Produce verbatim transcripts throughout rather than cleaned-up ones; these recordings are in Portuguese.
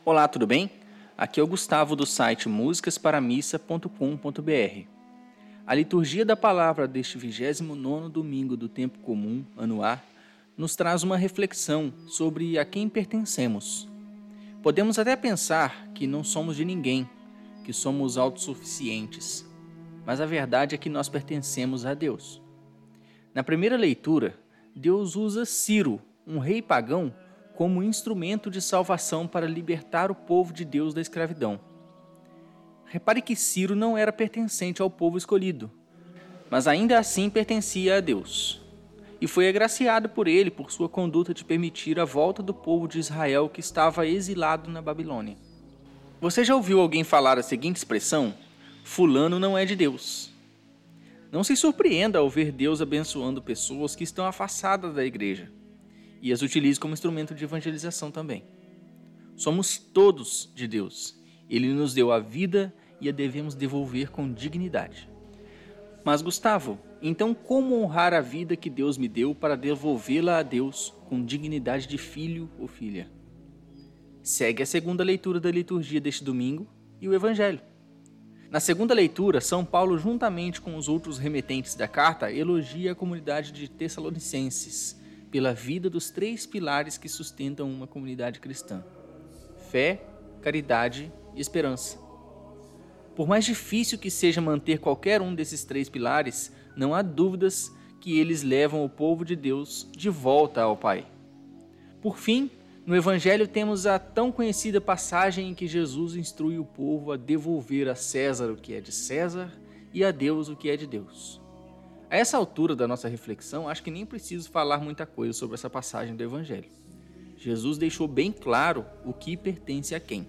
Olá, tudo bem? Aqui é o Gustavo do site músicas para missa ponto com ponto b r. A liturgia da palavra deste vigésimo nono domingo do tempo comum, ano A, nos traz uma reflexão sobre a quem pertencemos. Podemos até pensar que não somos de ninguém, que somos autossuficientes, mas a verdade é que nós pertencemos a Deus. Na primeira leitura, Deus usa Ciro, um rei pagão, como instrumento de salvação para libertar o povo de Deus da escravidão. Repare que Ciro não era pertencente ao povo escolhido, mas ainda assim pertencia a Deus, e foi agraciado por ele por sua conduta de permitir a volta do povo de Israel que estava exilado na Babilônia. Você já ouviu alguém falar a seguinte expressão? Fulano não é de Deus. Não se surpreenda ao ver Deus abençoando pessoas que estão afastadas da igreja, e as utilize como instrumento de evangelização também. Somos todos de Deus. Ele nos deu a vida e a devemos devolver com dignidade. Mas, Gustavo, então como honrar a vida que Deus me deu para devolvê-la a Deus com dignidade de filho ou filha? Segue a segunda leitura da liturgia deste domingo e o Evangelho. Na segunda leitura, São Paulo, juntamente com os outros remetentes da carta, elogia a comunidade de Tessalonicenses pela vida dos três pilares que sustentam uma comunidade cristã: fé, caridade e esperança. Por mais difícil que seja manter qualquer um desses três pilares, não há dúvidas que eles levam o povo de Deus de volta ao Pai. Por fim, no Evangelho temos a tão conhecida passagem em que Jesus instrui o povo a devolver a César o que é de César e a Deus o que é de Deus. A essa altura da nossa reflexão, acho que nem preciso falar muita coisa sobre essa passagem do Evangelho. Jesus deixou bem claro o que pertence a quem.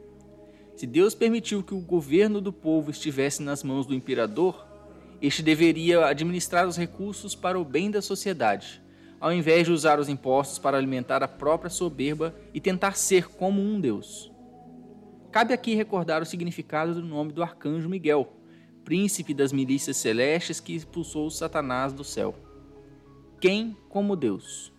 Se Deus permitiu que o governo do povo estivesse nas mãos do imperador, este deveria administrar os recursos para o bem da sociedade, ao invés de usar os impostos para alimentar a própria soberba e tentar ser como um Deus. Cabe aqui recordar o significado do nome do arcanjo Miguel, príncipe das milícias celestes que expulsou Satanás do céu. Quem como Deus?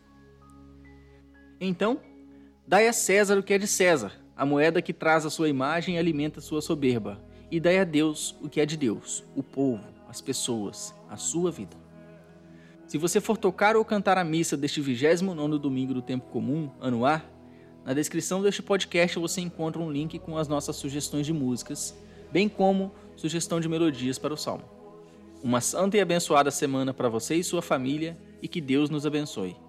Então, dai a César o que é de César, a moeda que traz a sua imagem e alimenta sua soberba, e dai a Deus o que é de Deus, o povo, as pessoas, a sua vida. Se você for tocar ou cantar a missa deste vigésimo nono domingo do tempo comum, ano A, na descrição deste podcast você encontra um link com as nossas sugestões de músicas, bem como sugestão de melodias para o Salmo. Uma santa e abençoada semana para você e sua família, e que Deus nos abençoe.